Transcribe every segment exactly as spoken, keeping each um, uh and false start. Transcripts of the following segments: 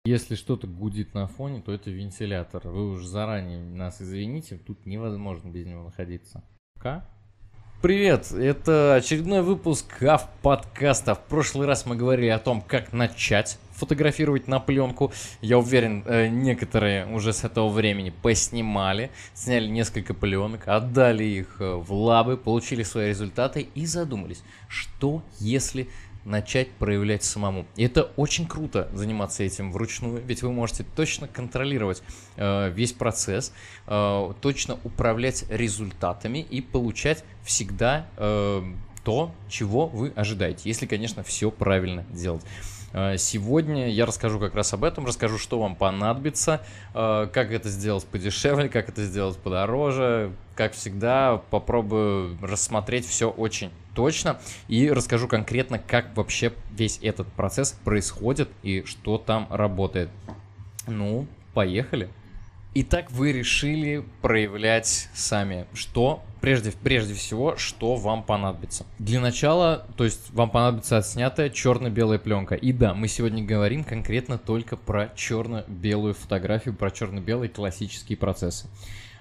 Если что-то гудит на фоне, то это вентилятор. Вы уж заранее нас извините, тут невозможно без него находиться. К? Привет, это очередной выпуск АВ-подкаста. В прошлый раз мы говорили о том, как начать фотографировать на пленку. Я уверен, некоторые уже с этого времени поснимали, сняли несколько пленок, отдали их в лабы, получили свои результаты и задумались, что если начать проявлять самому. И это очень круто заниматься этим вручную, ведь вы можете точно контролировать э, весь процесс, э, точно управлять результатами и получать всегда э, то, чего вы ожидаете, если, конечно, все правильно делать. Сегодня я расскажу как раз об этом, расскажу, что вам понадобится, как это сделать подешевле, как это сделать подороже. Как всегда, попробую рассмотреть все очень точно и расскажу конкретно, как вообще весь этот процесс происходит и что там работает. Ну, поехали. Итак, вы решили проявлять сами, что прежде, прежде всего, что вам понадобится. Для начала, то есть вам понадобится отснятая черно-белая пленка. И да, мы сегодня говорим конкретно только про черно-белую фотографию, про черно-белые классические процессы.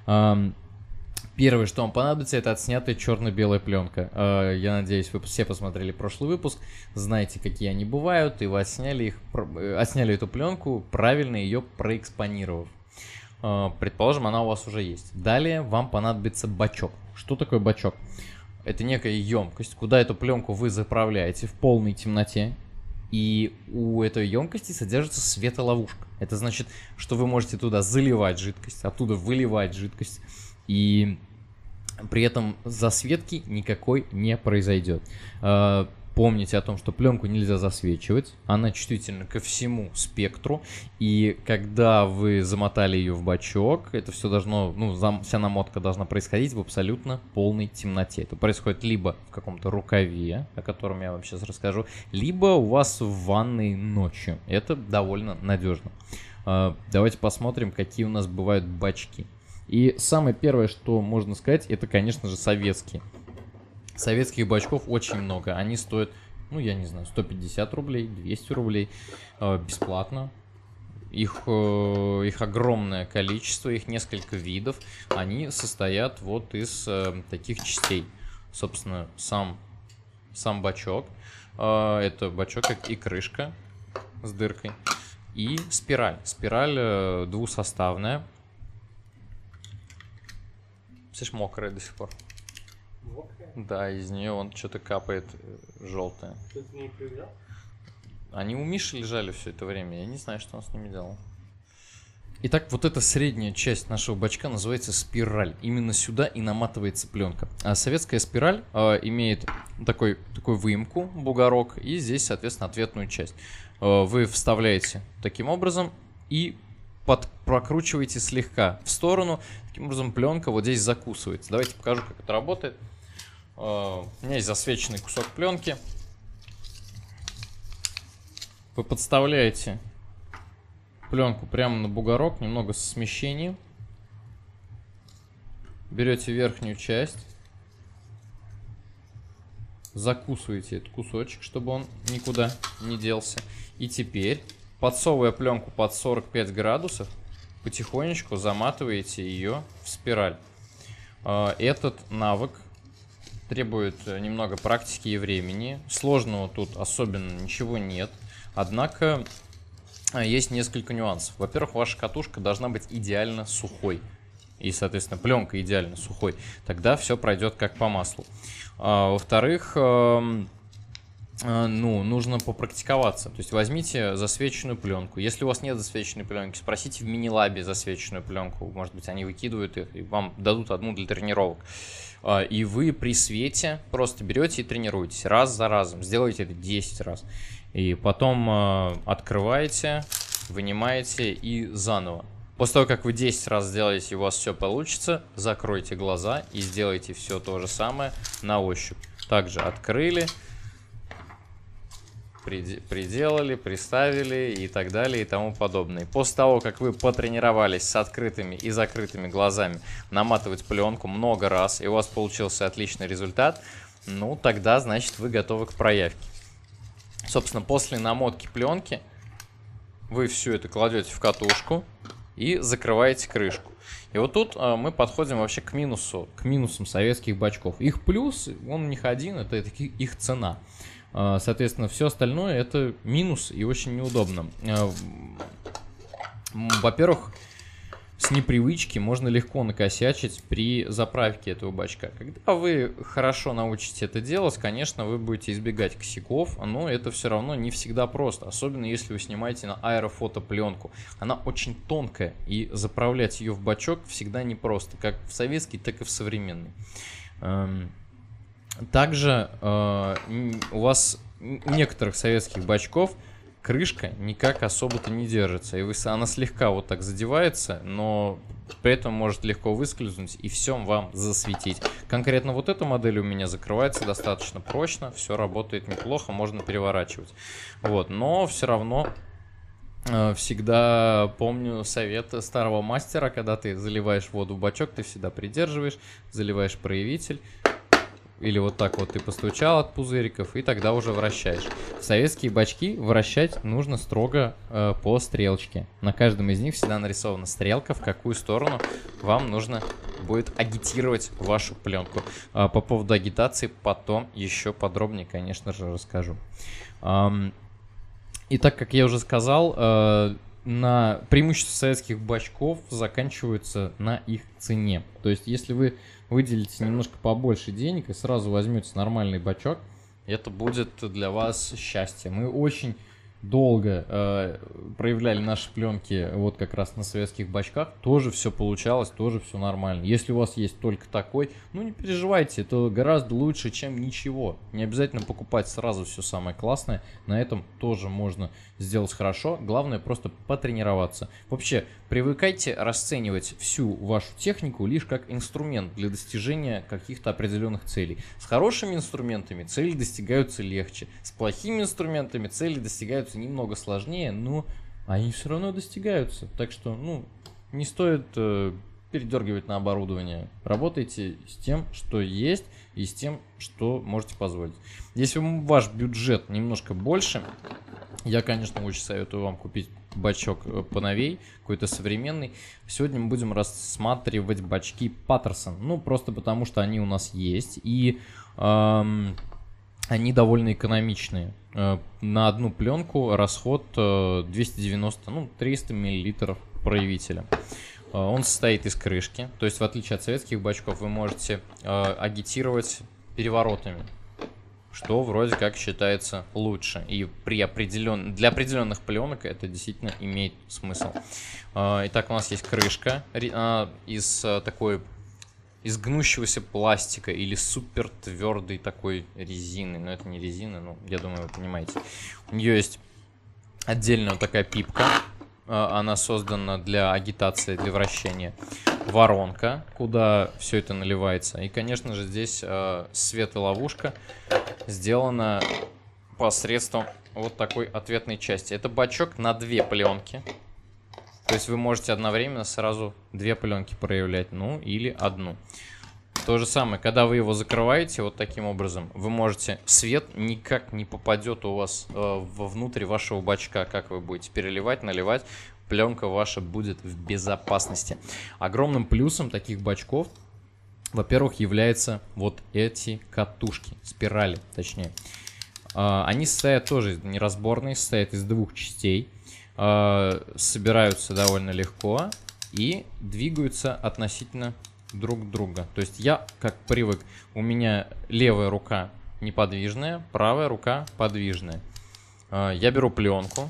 Первое, что вам понадобится, это отснятая черно-белая пленка. Я надеюсь, вы все посмотрели прошлый выпуск, знаете, какие они бывают, и вы отсняли, их, отсняли эту пленку, правильно ее проэкспонировав. Предположим, она у вас уже есть. Далее вам понадобится бачок. Что такое бачок? Это некая емкость, куда эту пленку вы заправляете в полной темноте. И у этой емкости содержится светоловушка. Это значит, что вы можете туда заливать жидкость, оттуда выливать жидкость. И при этом засветки никакой не произойдет. Помните о том, что пленку нельзя засвечивать, она чувствительна ко всему спектру, и когда вы замотали ее в бачок, это все должно, ну, вся намотка должна происходить в абсолютно полной темноте. Это происходит либо в каком-то рукаве, о котором я вам сейчас расскажу, либо у вас в ванной ночью. Это довольно надежно. Давайте посмотрим, какие у нас бывают бачки. И самое первое, что можно сказать, это, конечно же, советские. Советских бачков очень много, они стоят, ну я не знаю, сто пятьдесят рублей, двести рублей, э, бесплатно. Их, э, их огромное количество, их несколько видов, они состоят вот из э, таких частей. Собственно, сам, сам бачок, э, это бачок и крышка с дыркой, и спираль. Спираль э, двусоставная. Слышь, мокрая до сих пор. Да, из нее он что-то капает желтое. Ты с ней проверял? Они у Миши лежали все это время. Я не знаю, что он с ними делал. Итак, вот эта средняя часть нашего бачка называется спираль. Именно сюда и наматывается пленка. А советская спираль э, имеет такой, такой выемку, бугорок, и здесь, соответственно, ответную часть. Э, вы вставляете таким образом и под, прокручиваете слегка в сторону. Таким образом, пленка вот здесь закусывается. Давайте покажу, как это работает. Uh, у меня есть засвеченный кусок пленки. Вы подставляете пленку прямо на бугорок, немного со смещением. Берете верхнюю часть, закусываете этот кусочек, чтобы он никуда не делся. И теперь, подсовывая пленку под сорок пять градусов, потихонечку заматываете ее в спираль. Uh, этот навык требует немного практики и времени. Сложного тут особенно ничего нет. Однако есть несколько нюансов. Во-первых, ваша катушка должна быть идеально сухой. И, соответственно, пленка идеально сухой. Тогда все пройдет как по маслу. А, во-вторых, э, э, ну, нужно попрактиковаться. То есть возьмите засвеченную пленку. Если у вас нет засвеченной пленки, спросите в мини-лабе засвеченную пленку. Может быть, они выкидывают их и вам дадут одну для тренировок. И вы при свете просто берете и тренируетесь раз за разом. Сделайте это десять раз. И потом э, открываете, вынимаете и заново. После того, как вы десять раз сделаете, и у вас все получится, закройте глаза и сделайте все то же самое на ощупь. Также открыли, приделали, приставили и так далее и тому подобное. После того, как вы потренировались с открытыми и закрытыми глазами наматывать пленку много раз, и у вас получился отличный результат, ну тогда, значит, вы готовы к проявке. Собственно, после намотки пленки вы все это кладете в катушку и закрываете крышку. И вот тут а, мы подходим вообще к минусу, к минусам советских бачков. Их плюс, он у них один, это, это их цена. А, соответственно, все остальное это минус и очень неудобно. А, во-первых, с непривычки можно легко накосячить при заправке этого бачка. Когда вы хорошо научитесь это делать, конечно, вы будете избегать косяков, но это все равно не всегда просто, особенно если вы снимаете на аэрофотопленку. Она очень тонкая, и заправлять ее в бачок всегда непросто, как в советский, так и в современный. Также у вас у некоторых советских бачков крышка никак особо-то не держится, и вы, она слегка вот так задевается, но при этом может легко выскользнуть и все вам засветить. Конкретно вот эта модель у меня закрывается достаточно прочно, все работает неплохо, можно переворачивать. Вот, но все равно э, всегда помню совет старого мастера, когда ты заливаешь воду в бачок, ты всегда придерживаешь, заливаешь проявитель. Или вот так вот ты постучал от пузыриков, и тогда уже вращаешь. Советские бачки вращать нужно строго э, по стрелочке. На каждом из них всегда нарисована стрелка, в какую сторону вам нужно будет агитировать вашу пленку. А по поводу агитации потом еще подробнее, конечно же, расскажу. Эм, и так как я уже сказал, э, на преимущество советских бачков заканчиваются на их цене. То есть, если вы выделите немножко побольше денег и сразу возьмете нормальный бачок, это будет для вас счастье. Мы очень долго э, проявляли наши пленки вот как раз на советских бачках, тоже все получалось, тоже все нормально. Если у вас есть только такой, ну не переживайте, это гораздо лучше, чем ничего. Не обязательно покупать сразу все самое классное, на этом тоже можно сделать хорошо, главное просто потренироваться. Вообще, привыкайте расценивать всю вашу технику лишь как инструмент для достижения каких-то определенных целей. С хорошими инструментами цели достигаются легче, с плохими инструментами цели достигаются немного сложнее, но они все равно достигаются. Так что, ну, не стоит э, передергивать на оборудование. Работайте с тем, что есть, и с тем, что можете позволить. Если ваш бюджет немножко больше, я, конечно, очень советую вам купить бачок поновей, какой-то современный. Сегодня мы будем рассматривать бачки Patterson. Ну, просто потому, что они у нас есть, и эм, они довольно экономичные. Э, на одну пленку расход э, двести девяносто, ну, триста миллилитров проявителя. Э, он состоит из крышки, то есть в отличие от советских бачков вы можете э, агитировать переворотами, что вроде как считается лучше. И при определен... для определенных пленок это действительно имеет смысл. Итак, у нас есть крышка из такой из гнущегося пластика или супер твердой такой резины. Но это не резина, ну, я думаю, вы понимаете. У нее есть отдельная вот такая пипка. Она создана для агитации, для вращения. Воронка, куда все это наливается. И, конечно же, здесь э, светоловушка сделана посредством вот такой ответной части. Это бачок на две пленки. То есть вы можете одновременно сразу две пленки проявлять, ну или одну. То же самое, когда вы его закрываете вот таким образом, вы можете, свет никак не попадет у вас э, вовнутрь вашего бачка, как вы будете переливать, наливать. Пленка ваша будет в безопасности. Огромным плюсом таких бачков, во-первых, являются вот эти катушки, спирали, точнее. Они состоят тоже неразборные, состоят из двух частей, собираются довольно легко и двигаются относительно друг друга. То есть я, как привык, у меня левая рука неподвижная, правая рука подвижная. Я беру пленку.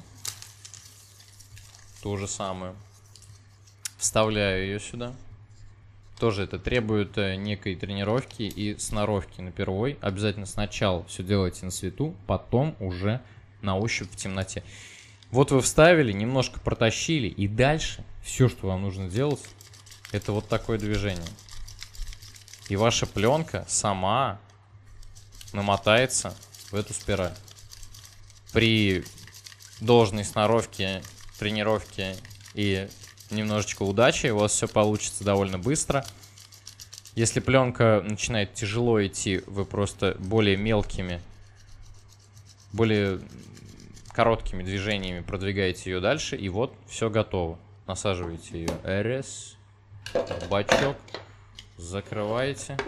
Ту же самую. Вставляю ее сюда. Тоже это требует некой тренировки и сноровки напервой. Обязательно сначала все делайте на свету, потом уже на ощупь в темноте. Вот вы вставили, немножко протащили, и дальше все, что вам нужно делать, это вот такое движение. И ваша пленка сама намотается в эту спираль. При должной сноровке, тренировки и немножечко удачи у вас все получится довольно быстро. Если пленка начинает тяжело идти, вы просто более мелкими, более короткими движениями продвигаете ее дальше, и вот все готово. Насаживаете ее РС, бачок, закрываете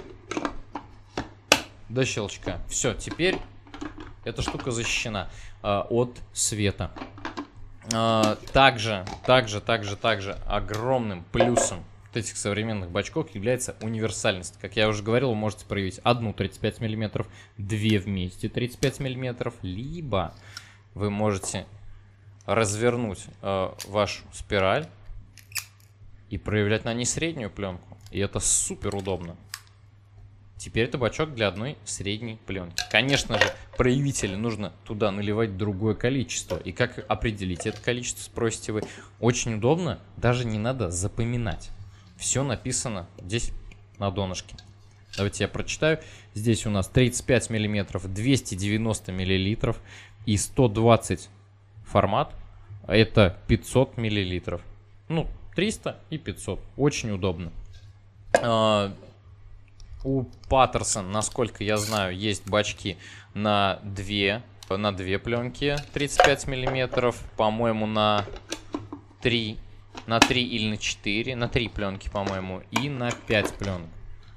до щелчка. Все, теперь эта штука защищена э, от света. Э, также, также, также, также огромным плюсом вот этих современных бачков является универсальность. Как я уже говорил, вы можете проявить одну тридцать пять миллиметров, две вместе тридцать пять миллиметров, либо вы можете развернуть э, вашу спираль и проявлять на ней среднюю пленку. И это супер удобно. Теперь это бачок для одной средней пленки. Конечно же, проявителю нужно туда наливать другое количество. И как определить это количество, спросите вы. Очень удобно, даже не надо запоминать. Все написано здесь на донышке. Давайте я прочитаю. Здесь у нас тридцать пять миллиметров, двести девяносто миллилитров и сто двадцать формат. Это пятьсот миллилитров. Ну, триста и пятьсот. Очень удобно. А, у Паттерсон, насколько я знаю, есть бачки на две, на две пленки тридцать пять миллиметров. По-моему, на три. На три или на четыре. На три пленки, по-моему. И на пять пленок.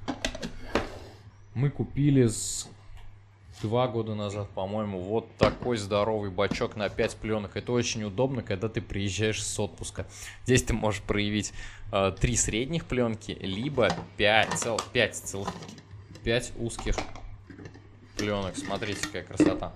Мы купили с два года назад, по-моему, вот такой здоровый бачок на пять пленок. Это очень удобно, когда ты приезжаешь с отпуска. Здесь ты можешь проявить э, три средних пленки, либо пять, цел, пять, цел, пять узких пленок. Смотрите, какая красота.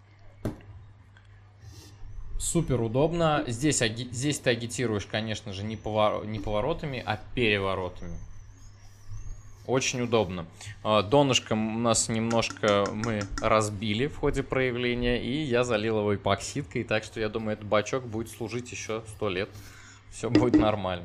Супер удобно. Здесь, аги... Здесь ты агитируешь, конечно же, не, повор... не поворотами, а переворотами. Очень удобно. Донышком у нас немножко мы разбили в ходе проявления, и я залил его эпоксидкой, так что я думаю, этот бачок будет служить еще сто лет. Все будет нормально.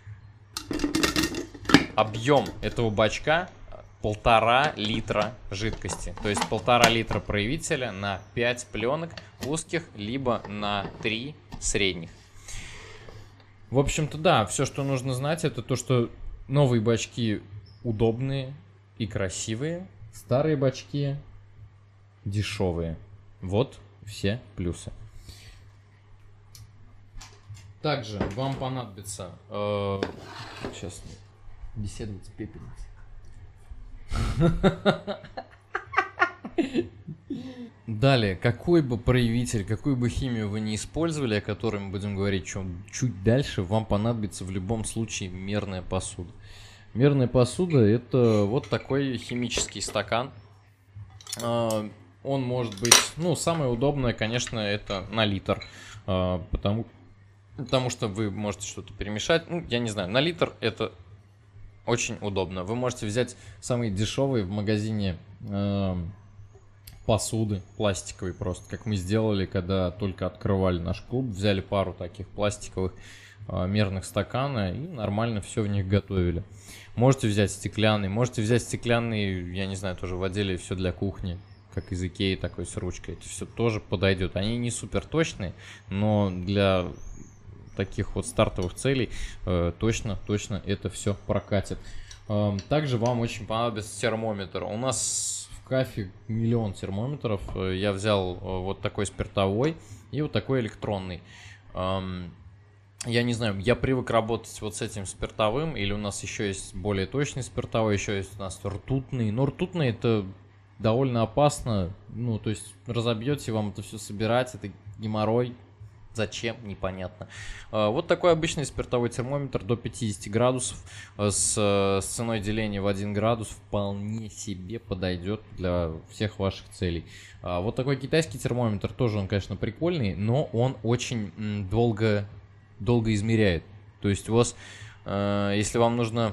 Объем этого бачка полтора литра жидкости. То есть полтора литра проявителя на пять пленок узких, либо на три средних. В общем-то, да, все, что нужно знать, это то, что новые бачки удобные и красивые, старые бачки дешевые. Вот все плюсы. Также вам понадобится э, сейчас беседовать с пепельницей. Далее, какой бы проявитель, какую бы химию вы не использовали, о которой мы будем говорить чуть дальше, вам понадобится в любом случае мерная посуда. Мерная посуда — это вот такой химический стакан. Он может быть, ну, самое удобное, конечно, это на литр, потому, потому что вы можете что-то перемешать. Ну, я не знаю, на литр это очень удобно. Вы можете взять самые дешевые в магазине э, посуды, пластиковые просто, как мы сделали, когда только открывали наш клуб. Взяли пару таких пластиковых э, мерных стакана и нормально все в них готовили. Можете взять стеклянный, можете взять стеклянный, я не знаю, тоже в отделе все для кухни, как из Икеи, такой с ручкой. Это все тоже подойдет. Они не супер точные, но для таких вот стартовых целей э, точно, точно это все прокатит. Э, также вам очень понадобится термометр. У нас в кафе миллион термометров. Я взял э, вот такой спиртовой и вот такой электронный. Э, я не знаю, я привык работать вот с этим спиртовым, или у нас еще есть более точный спиртовой, еще есть у нас ртутный. Но ртутный — это довольно опасно. Ну, то есть разобьете, вам это все собирать, это геморрой. Зачем? Непонятно. Вот такой обычный спиртовой термометр до пятидесяти градусов с, с ценой деления в один градус вполне себе подойдет для всех ваших целей. Вот такой китайский термометр тоже, он, конечно, прикольный, но он очень долго, долго измеряет. То есть у вас, если вам нужно,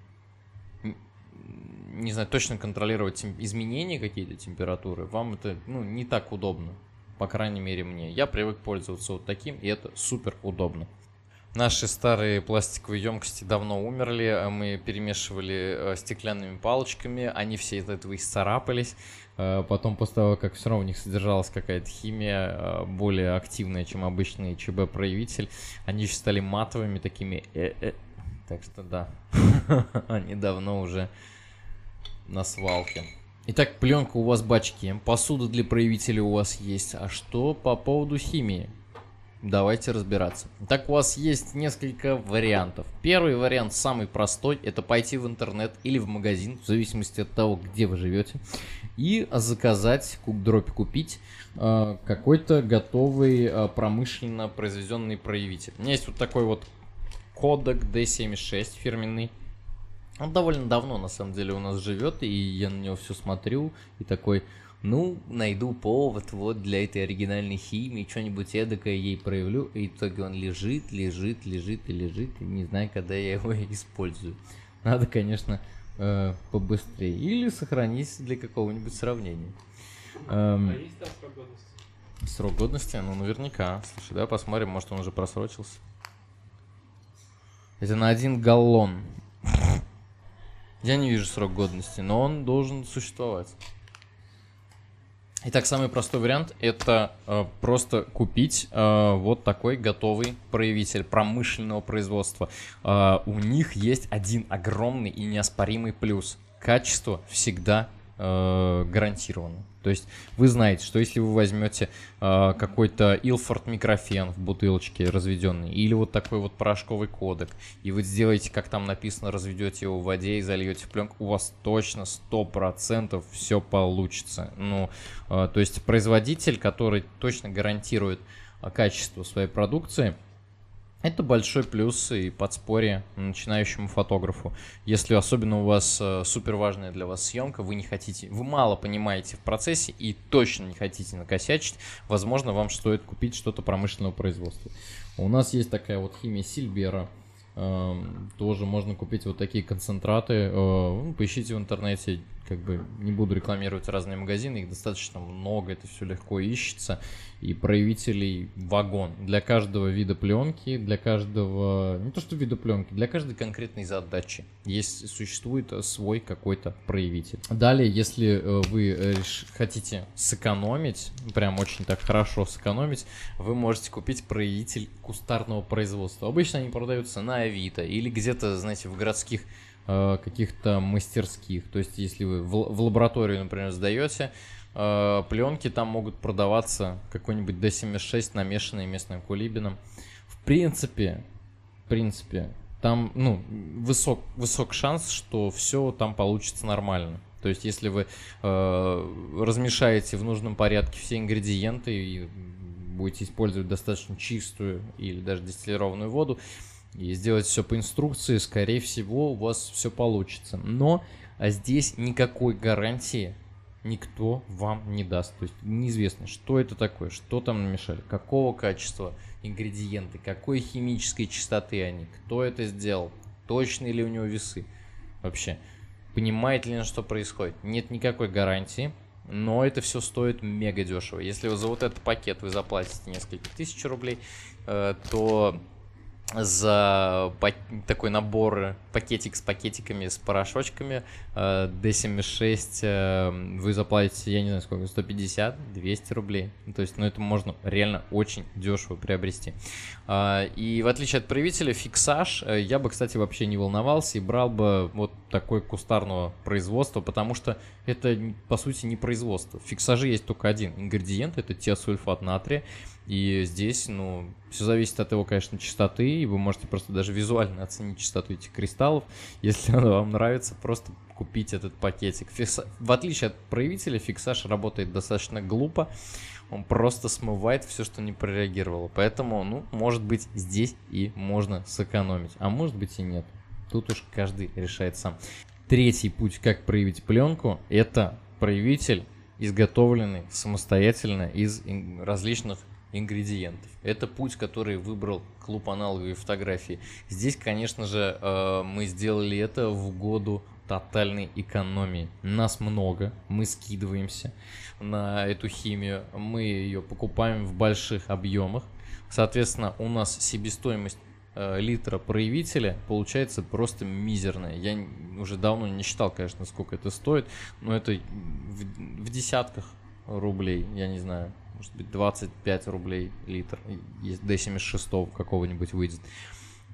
не знаю, точно контролировать изменения какие-то температуры, вам это, ну, не так удобно. По крайней мере мне. Я привык пользоваться вот таким, и это супер удобно. Наши старые пластиковые емкости давно умерли. Мы перемешивали стеклянными палочками. Они все из этого исцарапались. Потом, после того, как все равно в них содержалась какая-то химия более активная, чем обычный ЧБ-проявитель, они еще стали матовыми такими. Э-э. Так что да, они давно уже на свалке. Итак, пленка у вас бачки, посуда для проявителя у вас есть. А что по поводу химии? Давайте разбираться. Так, у вас есть несколько вариантов. Первый вариант, самый простой, это пойти в интернет или в магазин, в зависимости от того, где вы живете, и заказать, в кукдропе купить э, какой-то готовый э, промышленно произведенный проявитель. У меня есть вот такой вот кодек ди семьдесят шесть фирменный. Он довольно давно, на самом деле, у нас живет, и я на него все смотрю, и такой, ну, найду повод вот для этой оригинальной химии, что-нибудь эдакое ей проявлю, и в итоге он лежит, лежит, лежит и лежит, и не знаю, когда я его использую. Надо, конечно, э, побыстрее, или сохранить для какого-нибудь сравнения. Эм, А есть там срок годности? Срок годности? Ну, наверняка. Слушай, да, посмотрим, может, он уже просрочился. Это на один галлон. Я не вижу срок годности, но он должен существовать. Итак, самый простой вариант это э, просто купить э, вот такой готовый проявитель промышленного производства. Э, у них есть один огромный и неоспоримый плюс. Качество всегда э, гарантировано. То есть вы знаете, что если вы возьмете э, какой-то Ilford микрофен в бутылочке разведенный, или вот такой вот порошковый кодек, и вы сделаете, как там написано, разведете его в воде и зальете в пленку, у вас точно сто процентов все получится. Ну, э, то есть производитель, который точно гарантирует э, качество своей продукции, это большой плюс и подспорье начинающему фотографу. Если особенно у вас э, супер важная для вас съемка, вы не хотите, вы мало понимаете в процессе и точно не хотите накосячить, возможно, вам стоит купить что-то промышленного производства. У нас есть такая вот химия Сильбера. Э, тоже можно купить вот такие концентраты. Э, ну, поищите в интернете, как бы не буду рекламировать разные магазины, их достаточно много, это все легко ищется. И проявителей вагон для каждого вида пленки, для каждого, не то что вида пленки, для каждой конкретной задачи есть, существует свой какой-то проявитель. Далее, если вы хотите сэкономить, прям очень так хорошо сэкономить, вы можете купить проявитель кустарного производства. Обычно они продаются на Авито или где-то, знаете, в городских каких-то мастерских. То есть, если вы в, в лабораторию, например, сдаете э, пленки, там могут продаваться какой-нибудь ди семьдесят шесть, намешанный местным кулибином. В принципе, в принципе, там, ну, высок, высок шанс, что все там получится нормально. То есть, если вы э, размешаете в нужном порядке все ингредиенты и будете использовать достаточно чистую или даже дистиллированную воду, и сделать все по инструкции, скорее всего, у вас все получится. Но а здесь никакой гарантии никто вам не даст. То есть неизвестно, что это такое, что там намешали, какого качества ингредиенты, какой химической чистоты они, кто это сделал, точные ли у него весы. Вообще, понимает ли он, что происходит. Нет никакой гарантии, но это все стоит мега дешево. Если вы за вот этот пакет вы заплатите несколько тысяч рублей, то за такой набор пакетик с пакетиками, с порошочками ди семьдесят шесть вы заплатите, я не знаю сколько, сто пятьдесят - двести рублей. То есть, ну это можно реально очень дешево приобрести. И в отличие от проявителя, фиксаж я бы, кстати, вообще не волновался и брал бы вот такой кустарного производства, потому что это, по сути, не производство. В фиксаже есть только один ингредиент, это тиосульфат натрия. И здесь, ну, все зависит от его, конечно, чистоты, и вы можете просто даже визуально оценить чистоту этих кристаллов. Если оно вам нравится, просто купить этот пакетик. Фикса... В отличие от проявителя, фиксаж работает достаточно глупо. Он просто смывает все, что не прореагировало. Поэтому, ну, может быть, здесь и можно сэкономить. А может быть и нет. Тут уж каждый решает сам. Третий путь, как проявить пленку, это проявитель, изготовленный самостоятельно из различных ингредиентов. Это путь, который выбрал клуб аналоговой фотографии. Здесь, конечно же, мы сделали это в угоду тотальной экономии. Нас много, мы скидываемся на эту химию, мы ее покупаем в больших объемах. Соответственно, у нас себестоимость литра проявителя получается просто мизерная. Я уже давно не считал, конечно, сколько это стоит, но это в, в десятках рублей, я не знаю, может быть двадцать пять рублей литр, если ди семьдесят шесть какого-нибудь выйдет.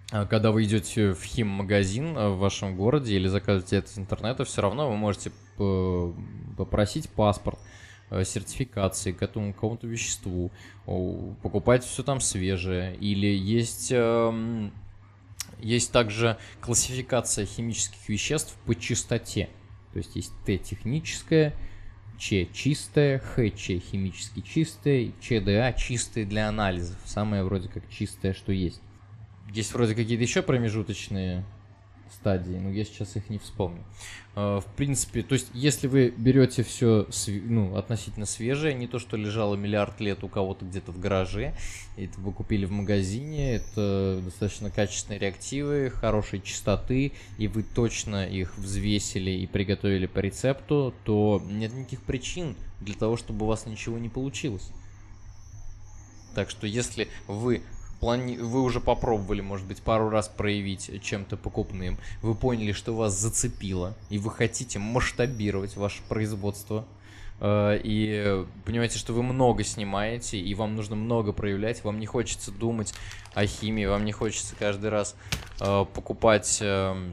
когда вы идете в химмагазин в вашем городе или заказываете это с интернета, все равно вы можете попросить паспорт, сертификации к этому какому-то веществу, покупать все там свежее. Или есть, есть также классификация химических веществ по чистоте. То есть есть Т техническое, Ч чистое, Х Ч химически чистое, Ч Д А чистое для анализов. Самое вроде как чистое, что есть. Есть вроде какие-то еще промежуточные стадии, но я сейчас их не вспомню. В принципе, то есть, если вы берете все ну, относительно свежее, не то, что лежало миллиард лет у кого-то где-то в гараже, это вы купили в магазине, это достаточно качественные реактивы, хорошей чистоты, и вы точно их взвесили и приготовили по рецепту, то нет никаких причин для того, чтобы у вас ничего не получилось. Так что, если вы Плани... Вы уже попробовали, может быть, пару раз проявить чем-то покупным. Вы поняли, что вас зацепило, и вы хотите масштабировать ваше производство. И понимаете, что вы много снимаете, и вам нужно много проявлять. Вам не хочется думать о химии, вам не хочется каждый раз покупать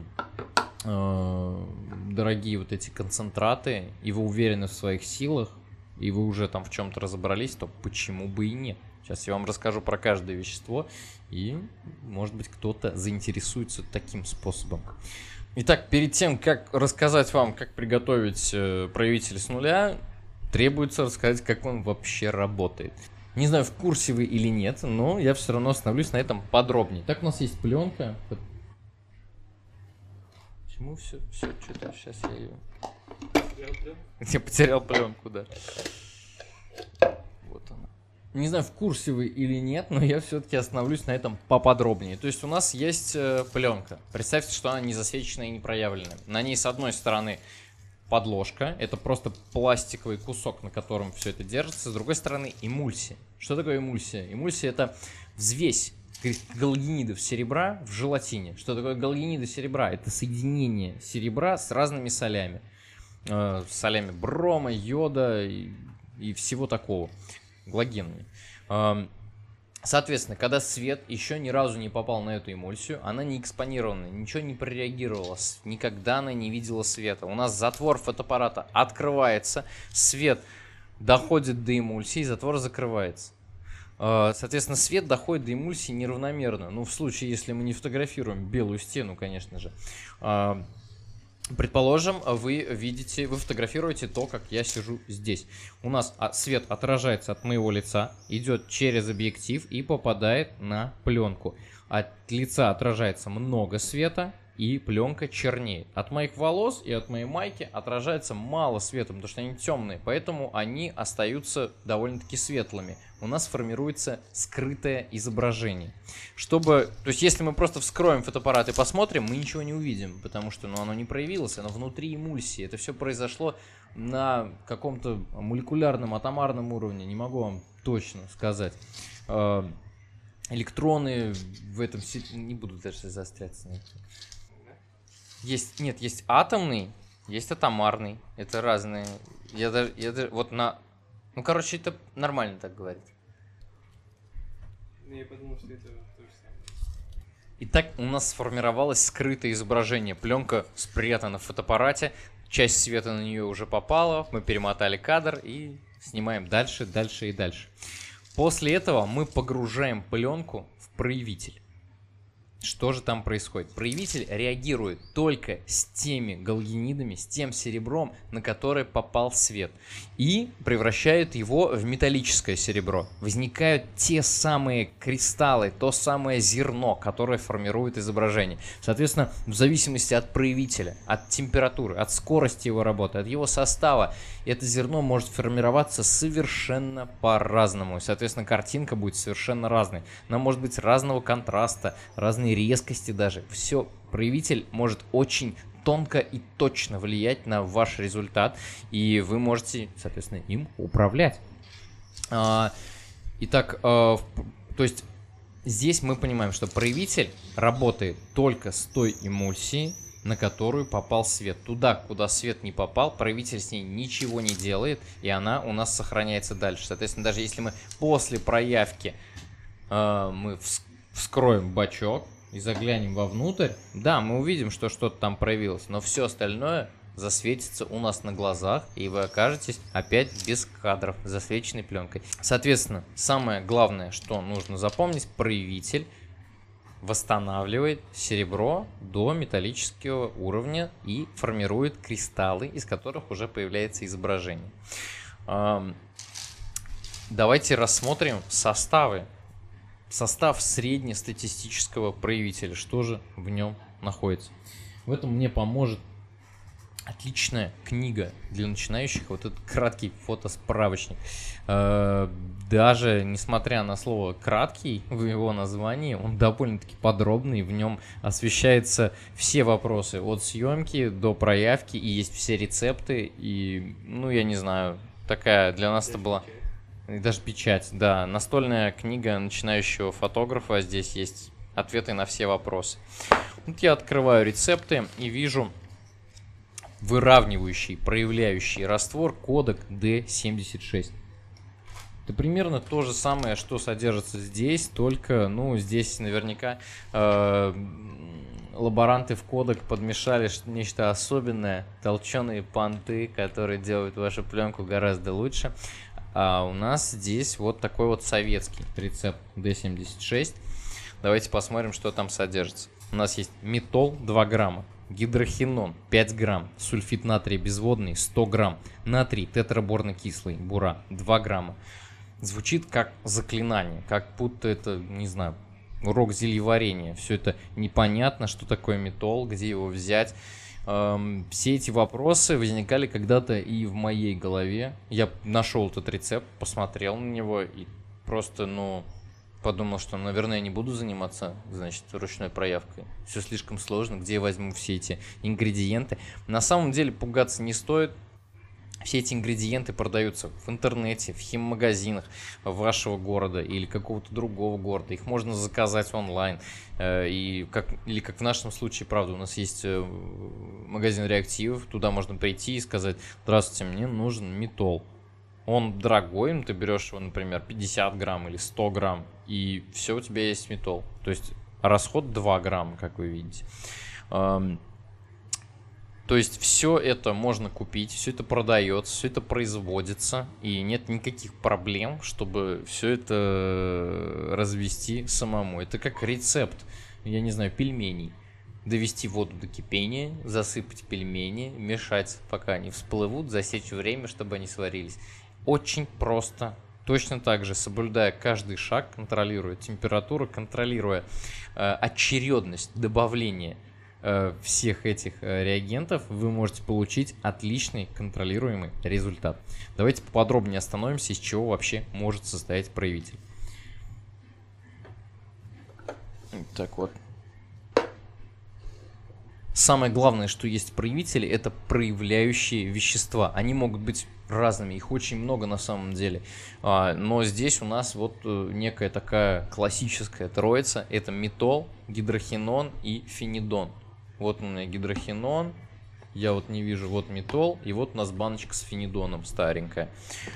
дорогие вот эти концентраты, и вы уверены в своих силах, и вы уже там в чем-то разобрались, то почему бы и нет? Сейчас я вам расскажу про каждое вещество, и, может быть, кто-то заинтересуется таким способом. Итак, перед тем, как рассказать вам, как приготовить э, проявитель с нуля, требуется рассказать, как он вообще работает. Не знаю, в курсе вы или нет, но я все равно остановлюсь на этом подробнее. Так, у нас есть пленка. Почему все, все, что-то сейчас я ее... Я потерял пленку, да. Вот она. Не знаю, в курсе вы или нет, но я все-таки остановлюсь на этом поподробнее. То есть у нас есть э, пленка. Представьте, что она не засвеченная и не проявленная. На ней с одной стороны подложка. Это просто пластиковый кусок, на котором все это держится. С другой стороны эмульсия. Что такое эмульсия? Эмульсия — это взвесь галогенидов серебра в желатине. Что такое галогениды серебра? Это соединение серебра с разными солями. Э, солями брома, йода и, и всего такого. Галогенами. Соответственно, когда свет еще ни разу не попал на эту эмульсию, она не экспонирована, ничего не прореагировала, никогда она не видела света. У нас затвор фотоаппарата открывается, свет доходит до эмульсии, затвор закрывается. Соответственно, свет доходит до эмульсии неравномерно. Ну, в случае, если мы не фотографируем белую стену, конечно же. Предположим, вы видите, вы фотографируете то, как я сижу здесь. У нас свет отражается от моего лица, идет через объектив и попадает на пленку. От лица отражается много света, и пленка чернеет. От моих волос и от моей майки отражается мало света, потому что они темные, поэтому они остаются довольно-таки светлыми. У нас формируется скрытое изображение. Чтобы, то есть если мы просто вскроем фотоаппарат и посмотрим, мы ничего не увидим, потому что ну, оно не проявилось, оно внутри эмульсии. Это все произошло на каком-то молекулярном, атомарном уровне, не могу вам точно сказать. Электроны в этом... Не буду даже заостряться на это. Есть, нет, есть атомный, есть атомарный. Это разные. Я даже, я даже, вот на, ну короче, это нормально так говорить. Я подумал, что это то же самое. Итак, у нас сформировалось скрытое изображение. Пленка спрятана в фотоаппарате, часть света на нее уже попала, мы перемотали кадр и снимаем дальше, дальше и дальше. После этого мы погружаем пленку в проявитель. Что же там происходит? Проявитель реагирует только с теми галогенидами, с тем серебром, на которое попал свет, и превращает его в металлическое серебро. Возникают те самые кристаллы, то самое зерно, которое формирует изображение. Соответственно, в зависимости от проявителя, от температуры, от скорости его работы, от его состава, это зерно может формироваться совершенно по-разному. И, соответственно, картинка будет совершенно разной. Она может быть разного контраста, разной резкости даже. Все, проявитель может очень тонко и точно влиять на ваш результат, и вы можете, соответственно, им управлять. А, итак, а, то есть здесь мы понимаем, что проявитель работает только с той эмульсией, на которую попал свет. Туда, куда свет не попал, проявитель с ней ничего не делает, и она у нас сохраняется дальше. Соответственно, даже если мы после проявки э, мы вскроем бачок, и заглянем вовнутрь, да, мы увидим, что что-то там проявилось, но все остальное засветится у нас на глазах, и вы окажетесь опять без кадров, засвеченной пленкой. Соответственно, самое главное, что нужно запомнить, проявитель восстанавливает серебро до металлического уровня и формирует кристаллы, из которых уже появляется изображение. Давайте рассмотрим составы. Состав среднестатистического проявителя. Что же в нем находится? В этом мне поможет отличная книга для начинающих. Вот этот краткий фотосправочник. Даже несмотря на слово «краткий» в его названии, он довольно-таки подробный. В нем освещаются все вопросы от съемки до проявки. И есть все рецепты. И, ну, я не знаю, такая для нас это была... И даже печать, да. Настольная книга начинающего фотографа. Здесь есть ответы на все вопросы. Вот я открываю рецепты и вижу выравнивающий, проявляющий раствор кодек ди семьдесят шесть. Это примерно то же самое, что содержится здесь, только, ну, здесь наверняка э, лаборанты в кодек подмешали нечто особенное. Толченые понты, которые делают вашу пленку гораздо лучше. А у нас здесь вот такой вот советский рецепт ди семьдесят шесть. Давайте посмотрим, что там содержится. У нас есть метол два грамма, гидрохинон пять грамм, сульфид натрия безводный сто грамм, натрий тетраборно-кислый бура два грамма. Звучит как заклинание, как будто это, не знаю, урок зельеварения. Все это непонятно, что такое метол, где его взять. Все эти вопросы возникали когда-то и в моей голове. Я нашел этот рецепт, посмотрел на него и просто, ну, подумал, что, наверное, я не буду заниматься, значит, ручной проявкой. Все слишком сложно, где я возьму все эти ингредиенты. На самом деле пугаться не стоит. Все эти ингредиенты продаются в интернете, в химмагазинах вашего города или какого-то другого города. Их можно заказать онлайн. И как, или как в нашем случае, правда, у нас есть магазин реактивов. Туда можно прийти и сказать: здравствуйте, мне нужен метол. Он дорогой, ну, ты берешь его, например, пятьдесят грамм или сто грамм, и все, у тебя есть метол. То есть расход два грамма, как вы видите. То есть все это можно купить, все это продается, все это производится, и нет никаких проблем, чтобы все это развести самому. Это как рецепт, я не знаю, пельменей. Довести воду до кипения, засыпать пельмени, мешать, пока они всплывут, засечь время, чтобы они сварились. Очень просто. Точно так же, соблюдая каждый шаг, контролируя температуру, контролируя э, очередность добавления всех этих реагентов, вы можете получить отличный контролируемый результат. Давайте поподробнее остановимся, из чего вообще может состоять проявитель. Так вот. Самое главное, что есть проявители, это проявляющие вещества. Они могут быть разными, их очень много на самом деле. Но здесь у нас вот некая такая классическая троица. Это метол, гидрохинон и фенидон. Вот у меня гидрохинон, я вот не вижу, вот метол, и вот у нас баночка с фенидоном старенькая.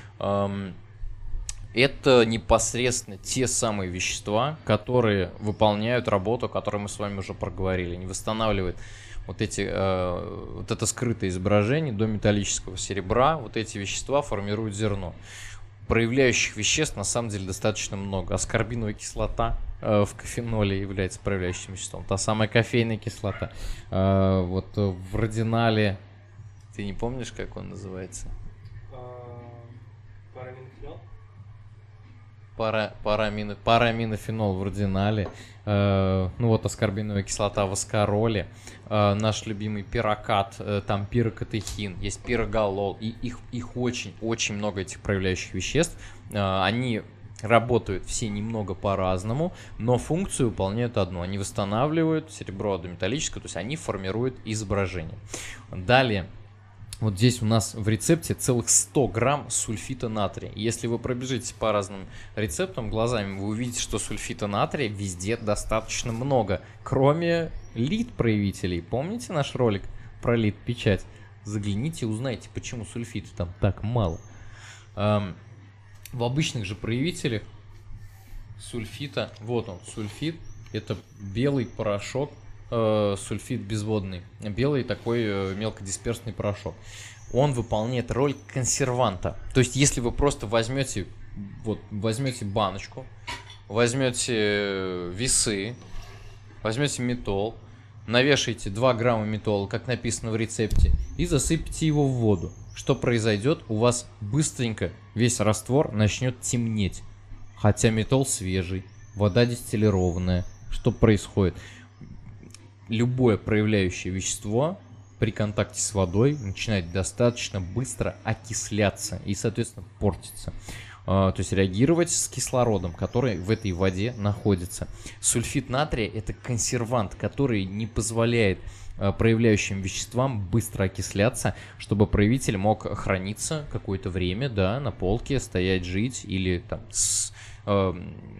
Это непосредственно те самые вещества, которые выполняют работу, о которой мы с вами уже проговорили. Они восстанавливают вот, эти, вот это скрытое изображение до металлического серебра. Вот эти вещества формируют зерно. Проявляющих веществ на самом деле достаточно много. Аскорбиновая кислота э, в кофеноле является проявляющим веществом. Та самая кофейная кислота. Э, вот в радинале, ты не помнишь, как он называется? Параминофенол? Пара, парамино, параминофенол в радинале. Э, ну вот аскорбиновая кислота в аскароле. Э, наш любимый пирокат, э, там пирокатехин, есть пирогалол. И их, их очень-очень много, этих проявляющих веществ. Э, они работают все немного по-разному, но функцию выполняют одну. Они восстанавливают серебро до металлического, то есть они формируют изображение. Далее. Вот здесь у нас в рецепте целых сто грамм сульфита натрия. Если вы пробежите по разным рецептам глазами, вы увидите, что сульфита натрия везде достаточно много, кроме лид-проявителей. Помните наш ролик про лид-печать? Загляните и узнайте, почему сульфита там так мало. Эм, в обычных же проявителях сульфита, вот он, сульфит Это белый порошок, э, сульфид безводный. Белый такой э, мелкодисперсный порошок. Он выполняет роль консерванта. То есть, если вы просто возьмете, вот, возьмете баночку, возьмете весы, возьмете метол, навешаете два грамма метола, как написано в рецепте, и засыпьте его в воду. Что произойдет? У вас быстренько весь раствор начнет темнеть. Хотя метол свежий, вода дистиллированная. Что происходит? Любое проявляющее вещество при контакте с водой начинает достаточно быстро окисляться и, соответственно, портиться. То есть реагировать с кислородом, который в этой воде находится. Сульфид натрия – это консервант, который не позволяет проявляющим веществам быстро окисляться, чтобы проявитель мог храниться какое-то время, да, на полке, стоять, жить, или там с, э,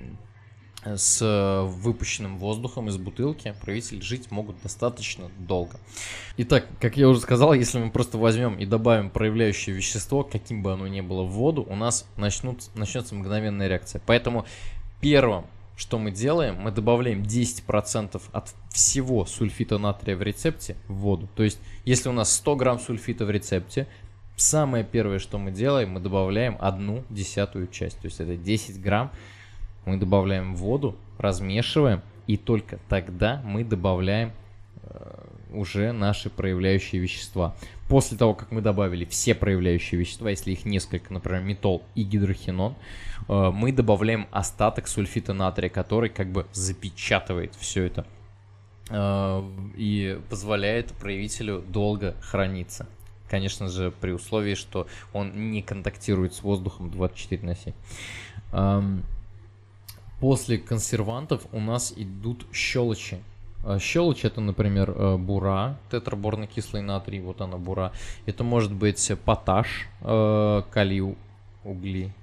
с выпущенным воздухом из бутылки проявитель жить могут достаточно долго. Итак, как я уже сказал, если мы просто возьмем и добавим проявляющее вещество, каким бы оно ни было, в воду, у нас начнут, начнется мгновенная реакция. Поэтому первым, что мы делаем, мы добавляем десять процентов от всего сульфита натрия в рецепте в воду. То есть, если у нас сто грамм сульфита в рецепте, самое первое, что мы делаем, мы добавляем одну десятую часть. То есть, это десять грамм мы добавляем в воду, размешиваем, и только тогда мы добавляем э, уже наши проявляющие вещества. После того, как мы добавили все проявляющие вещества, если их несколько, например, метол и гидрохинон, э, мы добавляем остаток сульфита натрия, который как бы запечатывает все это э, и позволяет проявителю долго храниться. Конечно же, при условии, что он не контактирует с воздухом двадцать четыре на семь. Эм, После консервантов у нас идут щелочи. Щелочь — это, например, бура, тетраборно-кислый натрий, вот она бура. Это может быть поташ, калий угли.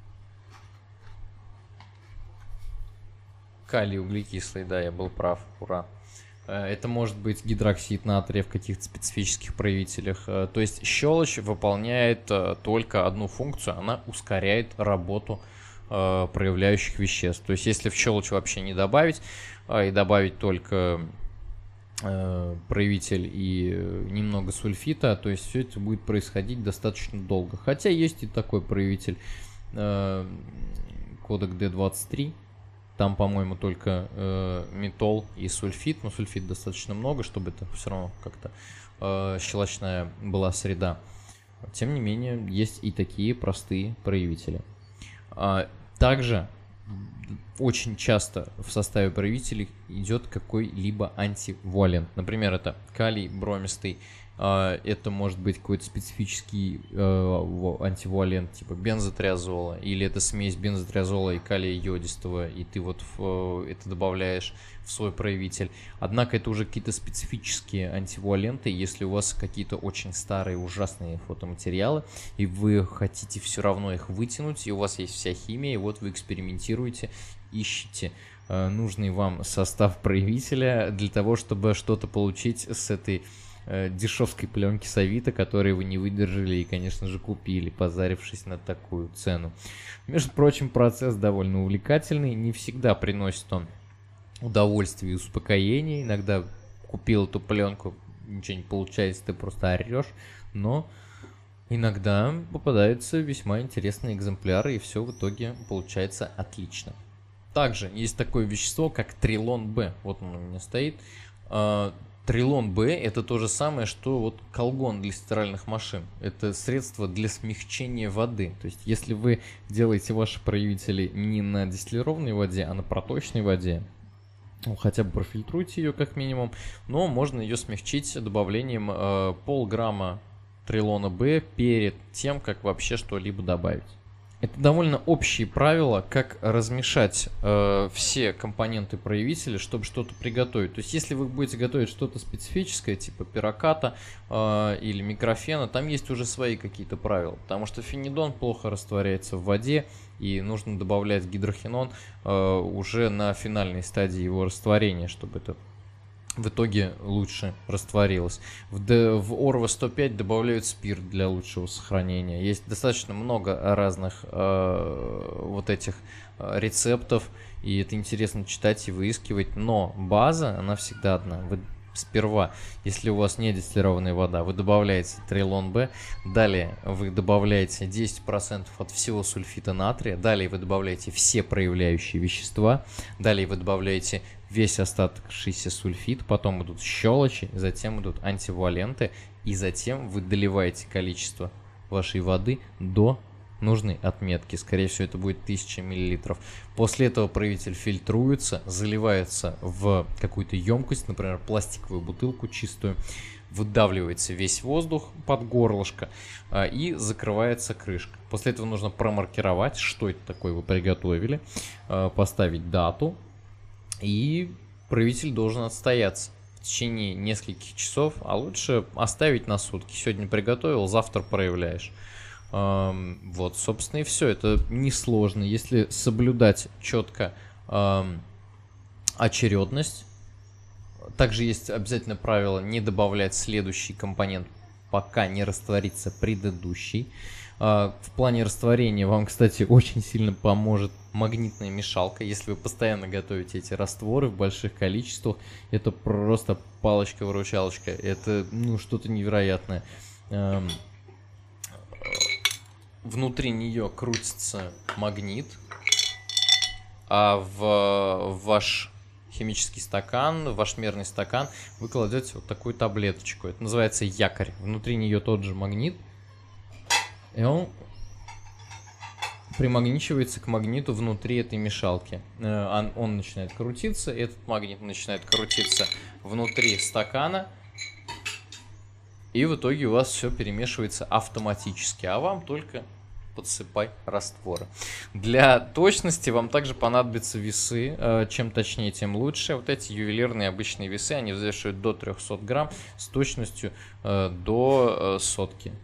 Калий углекислый, да, я был прав, ура. Это может быть гидроксид натрия в каких-то специфических проявителях. То есть щелочь выполняет только одну функцию, она ускоряет работу проявляющих веществ. То есть, если в щелочь вообще не добавить, и добавить только проявитель и немного сульфита, то есть все это будет происходить достаточно долго. Хотя есть и такой проявитель, кодек ди двадцать три. Там, по-моему, только метол и сульфит, но сульфит достаточно много, чтобы это все равно как-то щелочная была среда. Тем не менее, есть и такие простые проявители. Также очень часто в составе проявителей идет какой-либо антивуалент. Например, это калий бромистый, это может быть какой-то специфический антивуалент типа бензотриазола, или это смесь бензотриазола и калия йодистого, и ты вот это добавляешь в свой проявитель. Однако это уже какие-то специфические антивуаленты, если у вас какие-то очень старые ужасные фотоматериалы, и вы хотите все равно их вытянуть, и у вас есть вся химия, и вот вы экспериментируете, ищете э, нужный вам состав проявителя для того, чтобы что-то получить с этой э, дешевской пленки с Авито, которые вы не выдержали и, конечно же, купили, позарившись на такую цену. Между прочим, процесс довольно увлекательный, не всегда приносит он удовольствие и успокоение. Иногда купил эту пленку, ничего не получается, ты просто орешь, но иногда попадаются весьма интересные экземпляры, и все в итоге получается отлично. Также есть такое вещество, как трилон Б. Вот он у меня стоит. Трилон Б — это то же самое, что вот колгон для стиральных машин. Это средство для смягчения воды. То есть, если вы делаете ваши проявители не на дистиллированной воде, а на проточной воде, ну, хотя бы профильтруйте ее как минимум, но можно ее смягчить добавлением э, полграмма трилона Б перед тем, как вообще что-либо добавить. Это довольно общие правила, как размешать э, все компоненты проявителя, чтобы что-то приготовить. То есть, если вы будете готовить что-то специфическое, типа пироката э, или микрофена, там есть уже свои какие-то правила. Потому что фенидон плохо растворяется в воде, и нужно добавлять гидрохинон э, уже на финальной стадии его растворения, чтобы это в итоге лучше растворилось. В, Д, в Орва сто пять добавляют спирт для лучшего сохранения. Есть достаточно много разных э, вот этих э, рецептов, и это интересно читать и выискивать, но база, она всегда одна. Вы сперва, если у вас не дистиллированная вода, вы добавляете Трилон Б, далее вы добавляете десять процентов от всего сульфита натрия, далее вы добавляете все проявляющие вещества, далее вы добавляете весь остаточный сульфид, потом идут щелочи, затем идут антиваленты, и затем вы доливаете количество вашей воды до нужной отметки. Скорее всего, это будет тысяча миллилитров. После этого проявитель фильтруется, заливается в какую-то емкость, например, пластиковую бутылку чистую, выдавливается весь воздух под горлышко а, и закрывается крышка. После этого нужно промаркировать, что это такое вы приготовили, а, поставить дату, и проявитель должен отстояться в течение нескольких часов, а лучше оставить на сутки. Сегодня приготовил, завтра проявляешь. Эм, вот, собственно, и все. Это несложно. Если соблюдать четко эм, очередность. Также есть обязательное правило не добавлять следующий компонент, пока не растворится предыдущий. В плане растворения вам, кстати, очень сильно поможет магнитная мешалка. Если вы постоянно готовите эти растворы в больших количествах, это просто палочка-выручалочка. Это, ну, что-то невероятное. Внутри нее крутится магнит, а в ваш химический стакан, в ваш мерный стакан вы кладете вот такую таблеточку. Это называется якорь. Внутри нее тот же магнит. И он примагничивается к магниту внутри этой мешалки. Он, он начинает крутиться, этот магнит начинает крутиться внутри стакана. И в итоге у вас все перемешивается автоматически, а вам только подсыпай растворы. Для точности вам также понадобятся весы. Чем точнее, тем лучше. Вот эти ювелирные обычные весы, они взвешивают до трехсот грамм с точностью до сотки.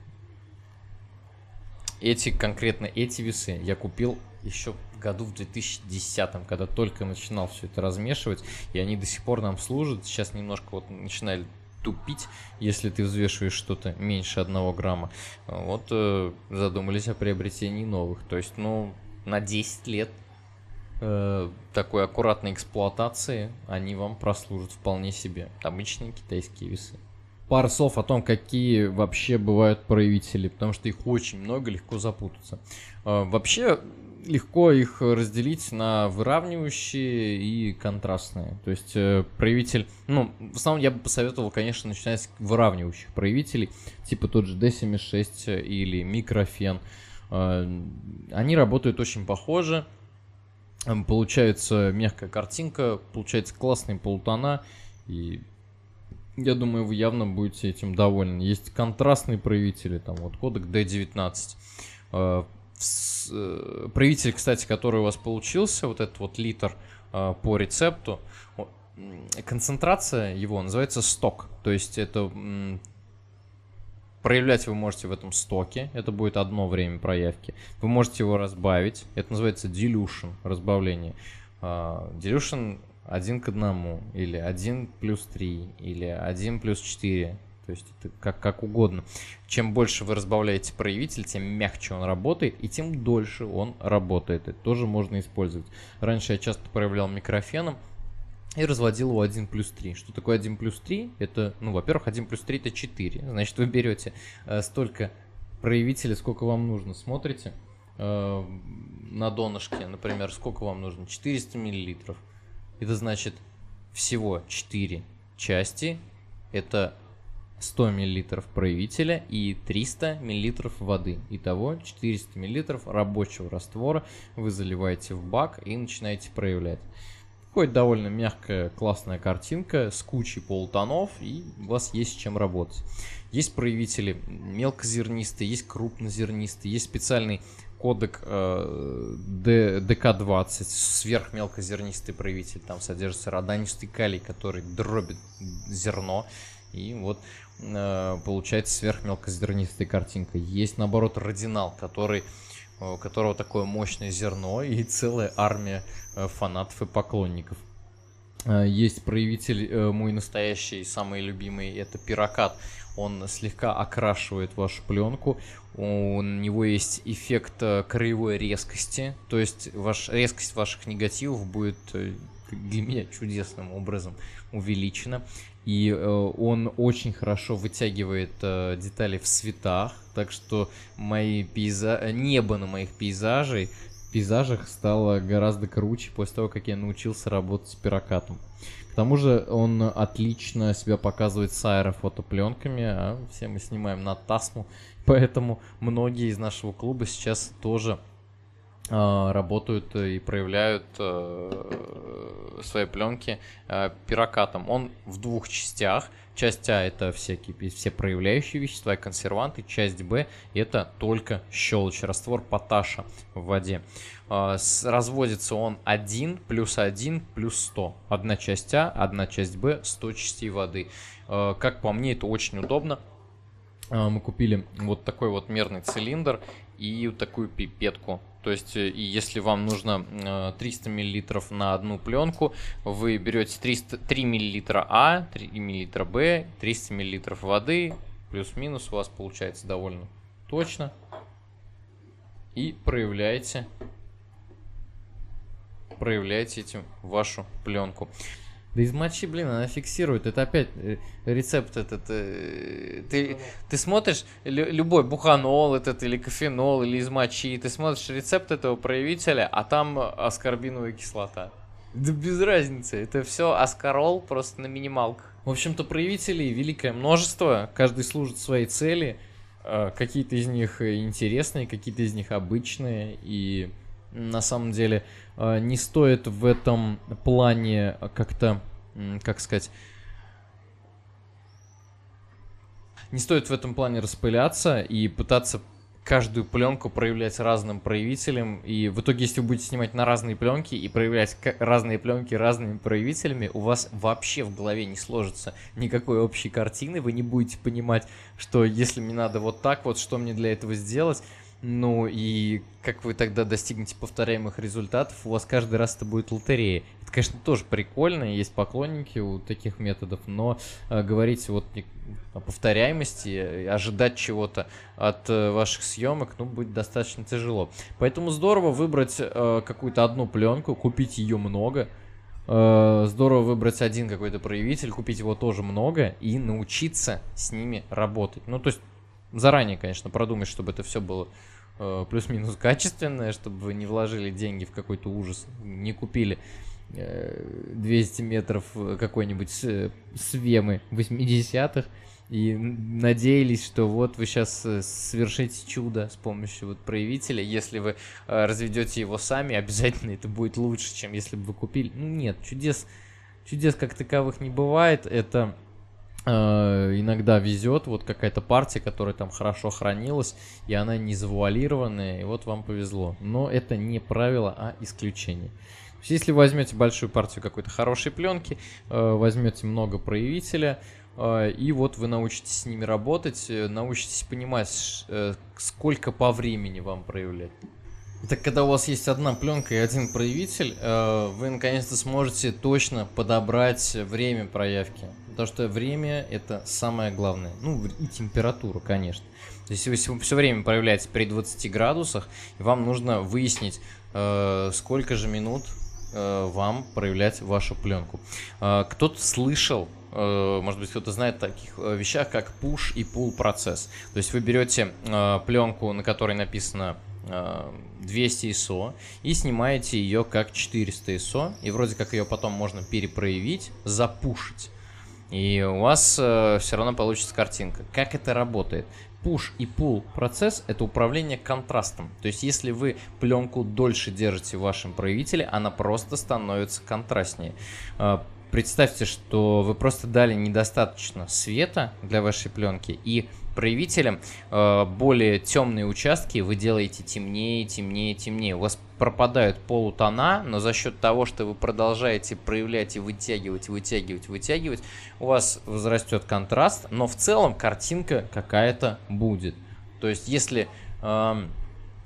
Эти, конкретно эти весы я купил еще в году в две тысячи десятом, когда только начинал все это размешивать, и они до сих пор нам служат. Сейчас немножко вот начинали тупить, если ты взвешиваешь что-то меньше одного грамма. Вот э, задумались о приобретении новых. То есть, ну, на десять лет э, такой аккуратной эксплуатации они вам прослужат вполне себе. Обычные китайские весы. Пара слов о том, какие вообще бывают проявители, потому что их очень много, легко запутаться. Э, вообще легко их разделить на выравнивающие и контрастные. То есть э, проявитель, ну, в основном я бы посоветовал, конечно, начинать с выравнивающих проявителей, типа тот же ди семьдесят шесть или микрофен. Э, они работают очень похоже, получается мягкая картинка, получается классные полутона, и я думаю, вы явно будете этим довольны. Есть контрастные проявители, там вот кодек ди девятнадцать. Э, Проявитель, кстати, который у вас получился, вот этот вот литр э, по рецепту, концентрация его называется сток. То есть это м, проявлять вы можете в этом стоке, это будет одно время проявки. Вы можете его разбавить, это называется dilution, разбавление. Э, dilution один к одному, или один плюс три, или один плюс четыре. То есть это как, как угодно. Чем больше вы разбавляете проявитель, тем мягче он работает, и тем дольше он работает. Это тоже можно использовать. Раньше я часто проявлял микрофеном и разводил его один плюс три. Что такое один плюс три? Это, ну, во-первых, один плюс три это четыре. Значит, вы берете э, столько проявителей, сколько вам нужно. Смотрите э, на донышке, например, сколько вам нужно? четыреста миллилитров. Это значит всего четыре части. Это сто миллилитров проявителя и триста миллилитров воды. Итого четыреста миллилитров рабочего раствора вы заливаете в бак и начинаете проявлять. Выходит довольно мягкая, классная картинка с кучей полутонов, и у вас есть с чем работать. Есть проявители мелкозернистые, есть крупнозернистые, есть специальный кодек э, ди кей двадцать, сверхмелкозернистый проявитель. Там содержится родонистый калий, который дробит зерно. И вот э, получается сверхмелкозернистая картинка. Есть, наоборот, радинал, который, у которого такое мощное зерно и целая армия э, фанатов и поклонников. Есть проявитель мой настоящий, самый любимый, это пирокат. Он слегка окрашивает вашу пленку. У него есть эффект краевой резкости. То есть ваш, резкость ваших негативов будет для меня чудесным образом увеличена. И он очень хорошо вытягивает детали в цветах. Так что мои пейза... небо на моих пейзажей пейзажах стало гораздо круче после того, как я научился работать с пирокатом. К тому же он отлично себя показывает с аэрофотопленками, а все мы снимаем на Тасму, поэтому многие из нашего клуба сейчас тоже э, работают и проявляют э, свои пленки э, пирокатом. Он в двух частях. Часть А — это всякие, все проявляющие вещества и консерванты. Часть Б — это только щелочь, раствор поташа в воде. Разводится он один плюс один плюс сто. Одна часть А, одна часть Б, сто частей воды. Как по мне, это очень удобно. Мы купили вот такой вот мерный цилиндр и такую пипетку. То есть, и если вам нужно триста миллилитров на одну пленку, вы берете триста, три миллилитра А, три миллилитра Б, триста миллилитров воды, плюс-минус у вас получается довольно точно. И проявляете, проявляете этим вашу пленку. Да из мочи, блин, она фиксирует. Это опять рецепт этот. Ты, ты смотришь любой буханол этот или кофенол или из мочи, ты смотришь рецепт этого проявителя, а там аскорбиновая кислота. Да без разницы. Это все аскарол просто на минималках. В общем-то, проявителей великое множество. Каждый служит своей цели. Какие-то из них интересные, какие-то из них обычные. И на самом деле не стоит в этом плане как-то, как сказать, не стоит в этом плане распыляться и пытаться каждую пленку проявлять разным проявителем. И в итоге, если вы будете снимать на разные пленки и проявлять разные пленки разными проявителями, у вас вообще в голове не сложится никакой общей картины. Вы не будете понимать, что если мне надо вот так вот, что мне для этого сделать. Ну и как вы тогда достигнете повторяемых результатов, у вас каждый раз это будет лотерея. Это, конечно, тоже прикольно, есть поклонники у таких методов, но э, говорить вот о повторяемости, ожидать чего-то от э, ваших съемок, ну, будет достаточно тяжело. Поэтому здорово выбрать э, какую-то одну пленку, купить ее много. Э, здорово выбрать один какой-то проявитель, купить его тоже много и научиться с ними работать. Ну, то есть заранее, конечно, продумать, чтобы это все было э, плюс-минус качественное, чтобы вы не вложили деньги в какой-то ужас, не купили э, двести метров какой-нибудь свемы восьмидесятых и надеялись, что вот вы сейчас совершите чудо с помощью вот проявителя. Если вы э, разведете его сами, обязательно это будет лучше, чем если бы вы купили. Ну нет, чудес, чудес как таковых не бывает. Это иногда везет, вот какая-то партия, которая там хорошо хранилась, и она не завуалированная, и вот вам повезло. Но это не правило, а исключение. То есть, если возьмете большую партию какой-то хорошей пленки, возьмете много проявителя, и вот вы научитесь с ними работать, научитесь понимать, сколько по времени вам проявлять. Так когда у вас есть одна пленка и один проявитель, вы наконец-то сможете точно подобрать время проявки. Потому что время — это самое главное. Ну, и температура, конечно. То есть, если вы все время проявляетесь при двадцати градусах, вам нужно выяснить, сколько же минут вам проявлять вашу пленку. Кто-то слышал, может быть, кто-то знает о таких вещах, как push и pull процесс. То есть вы берете пленку, на которой написано двести ай эс о, и снимаете ее как четыреста ай эс о, и вроде как ее потом можно перепроявить, запушить, и у вас э, все равно получится картинка. Как это работает? Push и pull процесс — это управление контрастом. То есть если вы пленку дольше держите в вашем проявителе, она просто становится контрастнее. Э, представьте, что вы просто дали недостаточно света для вашей пленки, и проявителем э, более темные участки вы делаете темнее, темнее, темнее. У вас пропадают полутона, но за счет того, что вы продолжаете проявлять и вытягивать, вытягивать, вытягивать, у вас возрастет контраст, но в целом картинка какая-то будет. То есть если э,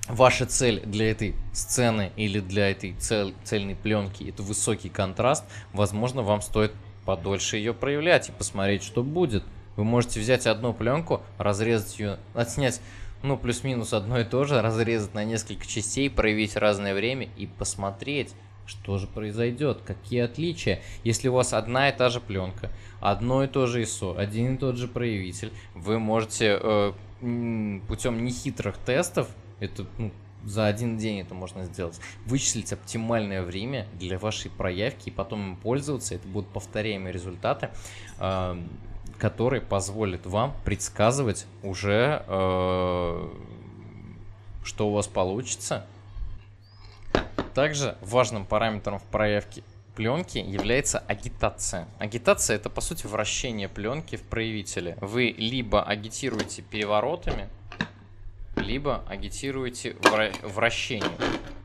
ваша цель для этой сцены или для этой цель, цельной пленки — это высокий контраст, возможно, вам стоит подольше ее проявлять и посмотреть, что будет. Вы можете взять одну пленку, разрезать ее, отснять, ну, плюс-минус одно и то же, разрезать на несколько частей, проявить разное время и посмотреть, что же произойдет, какие отличия. Если у вас одна и та же пленка, одно и то же ай эс о, один и тот же проявитель, вы можете э, путем нехитрых тестов, это ну, за один день это можно сделать, вычислить оптимальное время для вашей проявки и потом им пользоваться. Это будут повторяемые результаты, э, которые позволят вам предсказывать уже, э, что у вас получится. Также важным параметром в проявке пленки является агитация. Агитация — это, по сути, вращение пленки в проявителе. Вы либо агитируете переворотами, либо агитируете вра- вращением.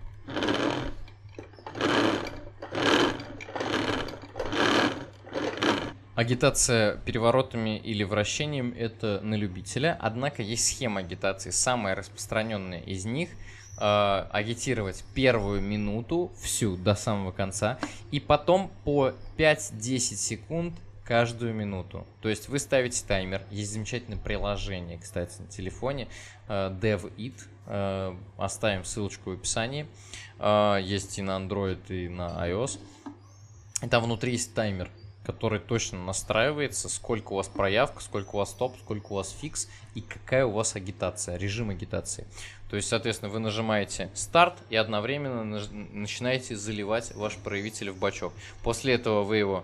Агитация переворотами или вращением — это на любителя, однако есть схема агитации. Самая распространенная из них — э, агитировать первую минуту всю до самого конца и потом по пять-десять секунд каждую минуту. То есть вы ставите таймер. Есть замечательное приложение, кстати, на телефоне, э, DevIt. Э, оставим ссылочку в описании. Э, есть и на Android, и на iOS. И там внутри есть таймер, который точно настраивается, сколько у вас проявка, сколько у вас стоп, сколько у вас фикс и какая у вас агитация, режим агитации. То есть, соответственно, вы нажимаете старт и одновременно начинаете заливать ваш проявитель в бачок. После этого вы его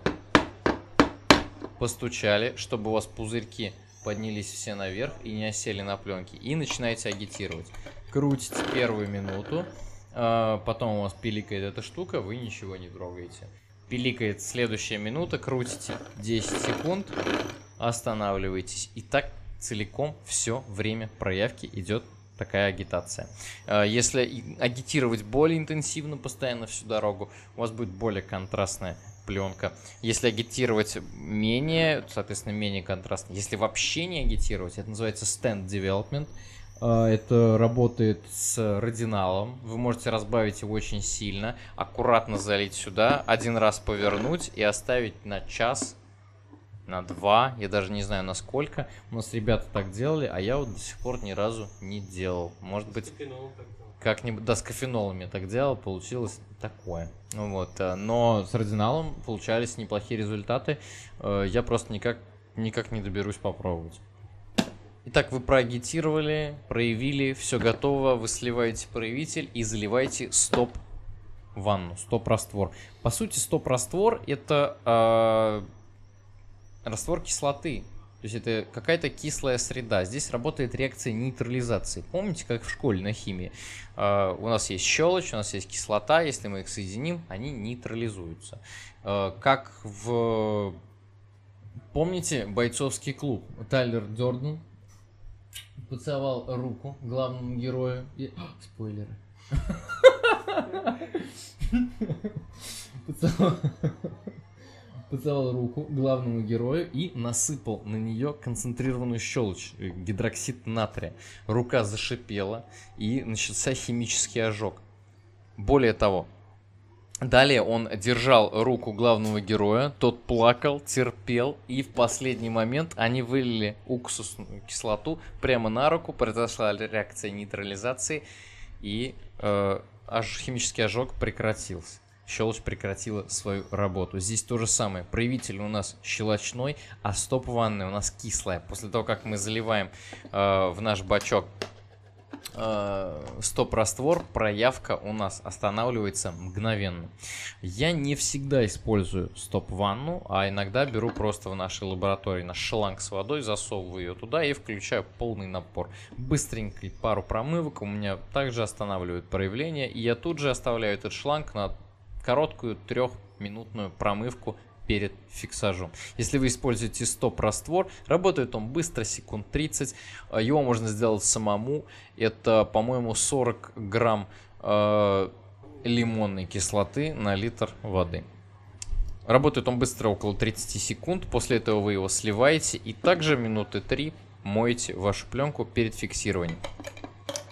постучали, чтобы у вас пузырьки поднялись все наверх и не осели на пленке. И начинаете агитировать. Крутите первую минуту, потом у вас пиликает эта штука, вы ничего не трогаете. Пиликает следующая минута, крутите десять секунд, останавливаетесь. И так целиком все время проявки идет такая агитация. Если агитировать более интенсивно постоянно всю дорогу, у вас будет более контрастная пленка. Если агитировать менее, соответственно, менее контрастно. Если вообще не агитировать, это называется stand development. Это работает с радиналом. Вы можете разбавить его очень сильно, аккуратно залить сюда, один раз повернуть и оставить на час, на два, я даже не знаю на сколько. У нас ребята так делали, а я вот до сих пор ни разу не делал. Может быть, как-нибудь, да, с кофенолом я так делал, получилось такое. Вот. Но с радиналом получались неплохие результаты. Я просто никак, никак не доберусь попробовать. Итак, вы проагитировали, проявили, все готово, вы сливаете проявитель и заливаете стоп-ванну, стоп-раствор. По сути, стоп-раствор — это э, раствор кислоты, то есть это какая-то кислая среда. Здесь работает реакция нейтрализации. Помните, как в школе на химии? Э, у нас есть щелочь, у нас есть кислота, если мы их соединим, они нейтрализуются. Э, как в... Помните бойцовский клуб? Тайлер Дёрден поцеловал руку главному герою и... О, спойлеры. Поцеловал... Поцеловал руку главному герою и насыпал на нее концентрированную щелочь, гидроксид натрия. Рука зашипела и начался химический ожог. Более того, далее он держал руку главного героя, тот плакал, терпел, и в последний момент они вылили уксусную кислоту прямо на руку, произошла реакция нейтрализации, и э, аж, химический ожог прекратился. Щелочь прекратила свою работу. Здесь то же самое. Проявитель у нас щелочной, а стоп-ванная у нас кислая. После того, как мы заливаем э, в наш бачок стоп-раствор, проявка у нас останавливается мгновенно. Я не всегда использую стоп-ванну, а иногда беру просто в нашей лаборатории наш шланг с водой, засовываю ее туда и включаю полный напор. Быстренько пару промывок у меня также останавливают проявление, и я тут же оставляю этот шланг на короткую трехминутную промывку перед фиксажом. Если вы используете стоп-раствор, работает он быстро, секунд тридцать. Его можно сделать самому. Это, по-моему, сорок грамм э, лимонной кислоты на литр воды. Работает он быстро, около тридцати секунд. После этого вы его сливаете и также минуты три моете вашу пленку перед фиксированием.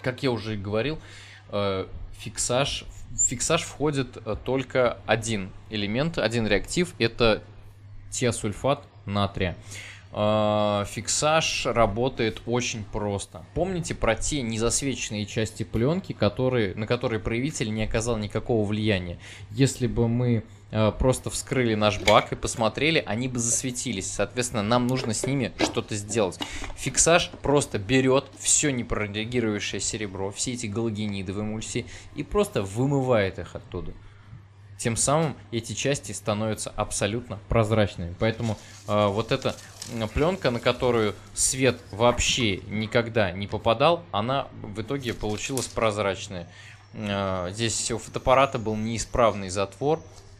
как я уже и говорил, э, фиксаж, фиксаж входит э, только один элемент, один реактив, это тиосульфат натрия. Э, фиксаж работает очень просто. Помните про те незасвеченные части пленки, которые, на которые проявитель не оказал никакого влияния? Если бы мы просто вскрыли наш бак и посмотрели, они бы засветились. Соответственно, нам нужно с ними что-то сделать. Фиксаж просто берет все непрореагирующее серебро, все эти галогениды в эмульсии и просто вымывает их оттуда. Тем самым эти части становятся абсолютно прозрачными. Поэтому э, вот эта пленка, на которую свет вообще никогда не попадал, она в итоге получилась прозрачная. Э, здесь у фотоаппарата был неисправный затвор.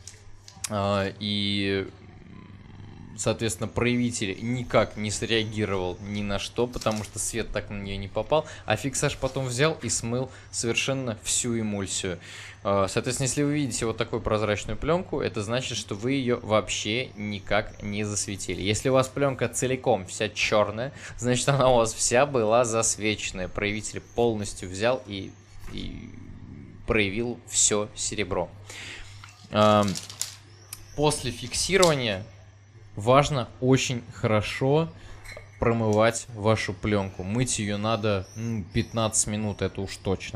И, соответственно, проявитель никак не среагировал ни на что, потому что свет так на нее не попал, а фиксаж потом взял и смыл совершенно всю эмульсию. Соответственно, если вы видите вот такую прозрачную пленку, это значит, что вы ее вообще никак не засветили. Если у вас пленка целиком вся черная, значит, она у вас вся была засвеченная. Проявитель полностью взял и, и проявил все серебро. После фиксирования важно очень хорошо промывать вашу пленку. Мыть ее надо ну, пятнадцать минут, это уж точно.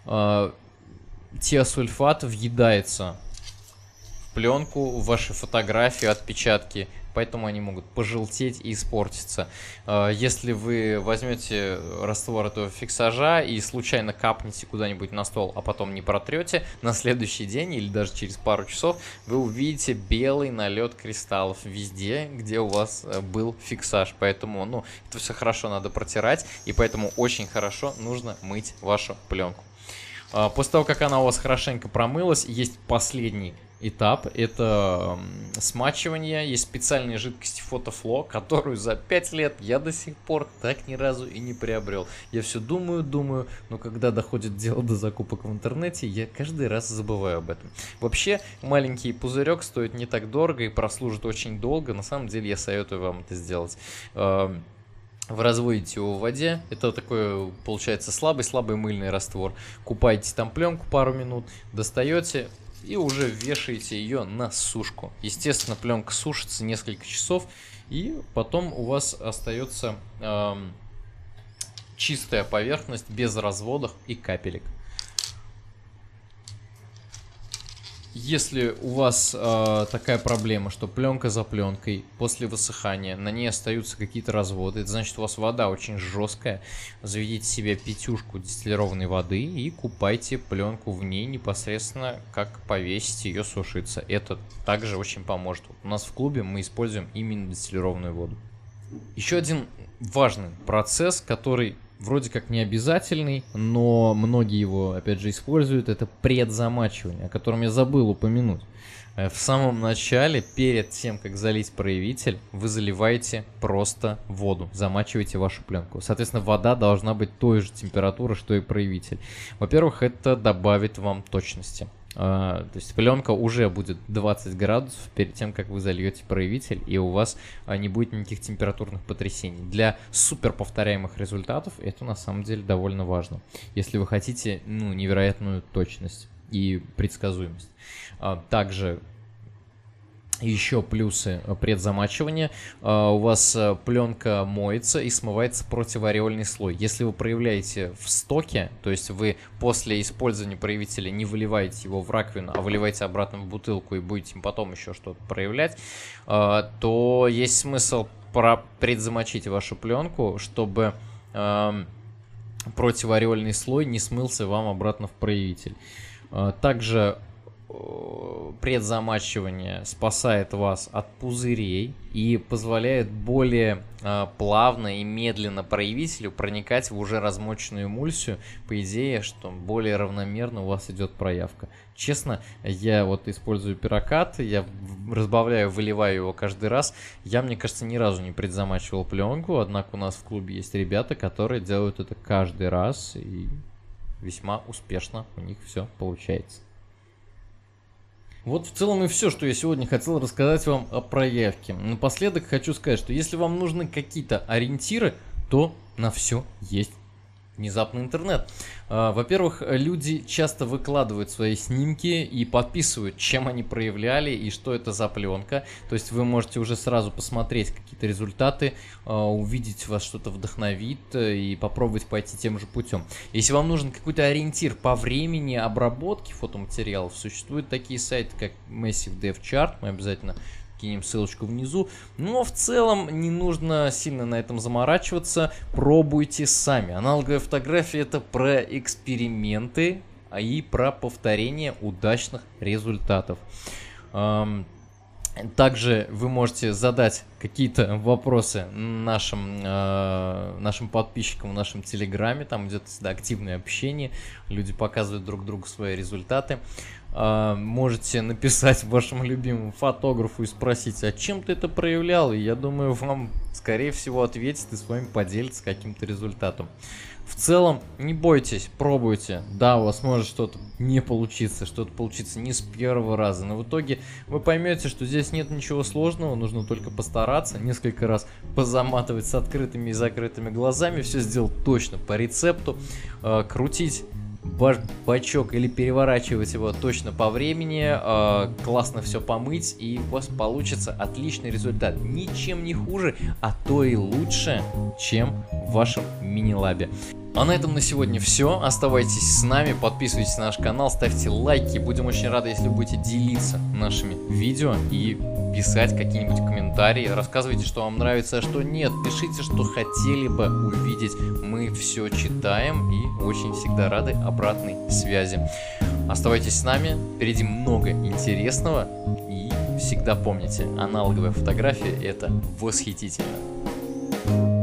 Тиосульфат въедается в пленку, в ваши фотографии, отпечатки, поэтому они могут пожелтеть и испортиться. Если вы возьмете раствор этого фиксажа и случайно капнете куда-нибудь на стол, а потом не протрете, на следующий день или даже через пару часов вы увидите белый налет кристаллов везде, где у вас был фиксаж. Поэтому, ну, это все хорошо надо протирать, и поэтому очень хорошо нужно мыть вашу пленку. После того, как она у вас хорошенько промылась, есть последний этап, это смачивание. Есть специальная жидкость Фотофло, которую за пять лет я до сих пор так ни разу и не приобрел. Я все думаю, думаю, но когда доходит дело до закупок в интернете, я каждый раз забываю об этом. Вообще, маленький пузырек стоит не так дорого и прослужит очень долго. На самом деле, я советую вам это сделать. Вы разводите его в воде, это такой, получается, слабый-слабый мыльный раствор. Купаете там пленку пару минут, достаете и уже вешаете ее на сушку. Естественно, пленка сушится несколько часов, и потом у вас остается эм, чистая поверхность без разводов и капелек. Если у вас э, такая проблема, что пленка за пленкой после высыхания на ней остаются какие-то разводы, это значит, у вас вода очень жесткая, заведите себе пятюшку дистиллированной воды и купайте пленку в ней непосредственно, как повесите ее сушиться. Это также очень поможет. Вот у нас в клубе мы используем именно дистиллированную воду. Еще один важный процесс, который вроде как не обязательный, но многие его, опять же, используют, это предзамачивание, о котором я забыл упомянуть. В самом начале, перед тем, как залить проявитель, вы заливаете просто воду, замачиваете вашу пленку. Соответственно, вода должна быть той же температуры, что и проявитель. Во-первых, это добавит вам точности. Uh, то есть пленка уже будет двадцать градусов перед тем, как вы зальете проявитель, и у вас uh, не будет никаких температурных потрясений. Для супер повторяемых результатов это на самом деле довольно важно, если вы хотите ну, невероятную точность и предсказуемость. Uh, также еще плюсы предзамачивания. Uh, у вас uh, пленка моется и смывается противоореольный слой. Если вы проявляете в стоке, то есть вы после использования проявителя не выливаете его в раковину, а выливаете обратно в бутылку и будете потом еще что-то проявлять, uh, то есть смысл предзамочить вашу пленку, чтобы uh, противоореольный слой не смылся вам обратно в проявитель. Uh, также предзамачивание спасает вас от пузырей и позволяет более э, плавно и медленно проявителю проникать в уже размоченную эмульсию. По идее, что более равномерно у вас идет проявка. Честно, я вот использую пирокат, я разбавляю, выливаю его каждый раз. Я, мне кажется, ни разу не предзамачивал пленку, однако у нас в клубе есть ребята, которые делают это каждый раз и весьма успешно у них все получается. Вот в целом и все, что я сегодня хотел рассказать вам о проявке. Напоследок хочу сказать, что если вам нужны какие-то ориентиры, то на все есть Внезапный интернет. Во-первых, люди часто выкладывают свои снимки и подписывают, чем они проявляли и что это за пленка. То есть вы можете уже сразу посмотреть какие-то результаты, увидеть, вас что-то вдохновит и попробовать пойти тем же путем. Если вам нужен какой-то ориентир по времени обработки фотоматериалов, существуют такие сайты, как Massive Dev Chart, мы обязательно кинем ссылочку внизу. Но в целом не нужно сильно на этом заморачиваться. Пробуйте сами. Аналоговая фотография — это про эксперименты и про повторение удачных результатов. Также вы можете задать какие-то вопросы нашим, э, нашим подписчикам в нашем телеграме. Там идет всегда активное общение. Люди показывают друг другу свои результаты. Э, можете написать вашему любимому фотографу и спросить, а чем ты это проявлял? И я думаю, вам, скорее всего, ответит и с вами поделится каким-то результатом. В целом, не бойтесь, пробуйте. Да, у вас может что-то не получиться, что-то получится не с первого раза, но в итоге вы поймете, что здесь нет ничего сложного, нужно только постараться, несколько раз позаматывать с открытыми и закрытыми глазами, все сделать точно по рецепту, э, крутить ваш бачок или переворачивать его точно по времени, э, классно все помыть, и у вас получится отличный результат. Ничем не хуже, а то и лучше, чем в вашем мини-лабе. А на этом на сегодня все. Оставайтесь с нами, подписывайтесь на наш канал, ставьте лайки. Будем очень рады, если вы будете делиться нашими видео и писать какие-нибудь комментарии. Рассказывайте, что вам нравится, а что нет. Пишите, что хотели бы увидеть. Мы все читаем и очень всегда рады обратной связи. Оставайтесь с нами, впереди много интересного. И всегда помните, аналоговая фотография — это восхитительно.